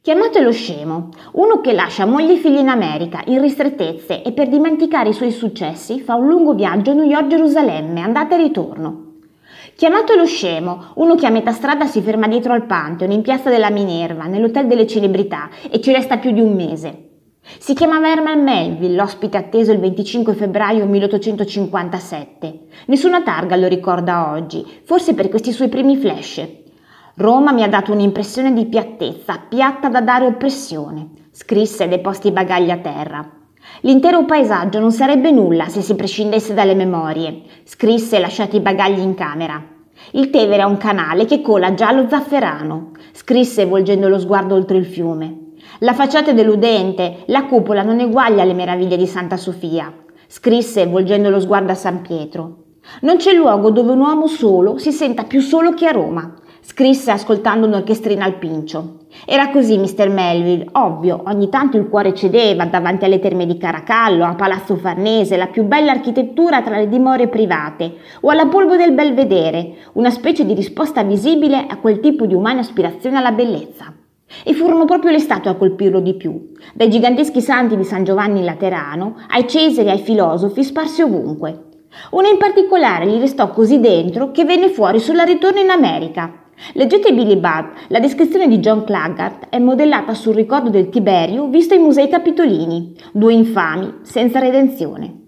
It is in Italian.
Chiamatelo scemo, uno che lascia moglie e figli in America, in ristrettezze, e per dimenticare i suoi successi fa un lungo viaggio New York-Gerusalemme, andata e ritorno. Chiamatelo scemo, uno che a metà strada si ferma dietro al Pantheon, in piazza della Minerva, nell'hotel delle celebrità, e ci resta più di un mese. Si chiamava Herman Melville, l'ospite atteso il 25 febbraio 1857. Nessuna targa lo ricorda oggi, forse per questi suoi primi flash. Roma mi ha dato un'impressione di piattezza, piatta da dare oppressione, scrisse deposti i bagagli a terra. L'intero paesaggio non sarebbe nulla se si prescindesse dalle memorie, scrisse lasciati i bagagli in camera. Il Tevere è un canale che cola giallo zafferano, scrisse volgendo lo sguardo oltre il fiume. La facciata è deludente, la cupola non eguaglia alle meraviglie di Santa Sofia, scrisse volgendo lo sguardo a San Pietro. Non c'è luogo dove un uomo solo si senta più solo che a Roma, scrisse ascoltando un'orchestrina al pincio. Era così Mr. Melville, ovvio, ogni tanto il cuore cedeva davanti alle terme di Caracallo, a Palazzo Farnese, la più bella architettura tra le dimore private, o alla polvo del Belvedere, una specie di risposta visibile a quel tipo di umana aspirazione alla bellezza. E furono proprio le statue a colpirlo di più, dai giganteschi santi di San Giovanni in Laterano, ai Cesari e ai filosofi sparsi ovunque. Una in particolare gli restò così dentro che venne fuori solo al ritorno in America. Leggete Billy Budd, la descrizione di John Claggart è modellata sul ricordo del Tiberio visto ai Musei Capitolini, due infami senza redenzione.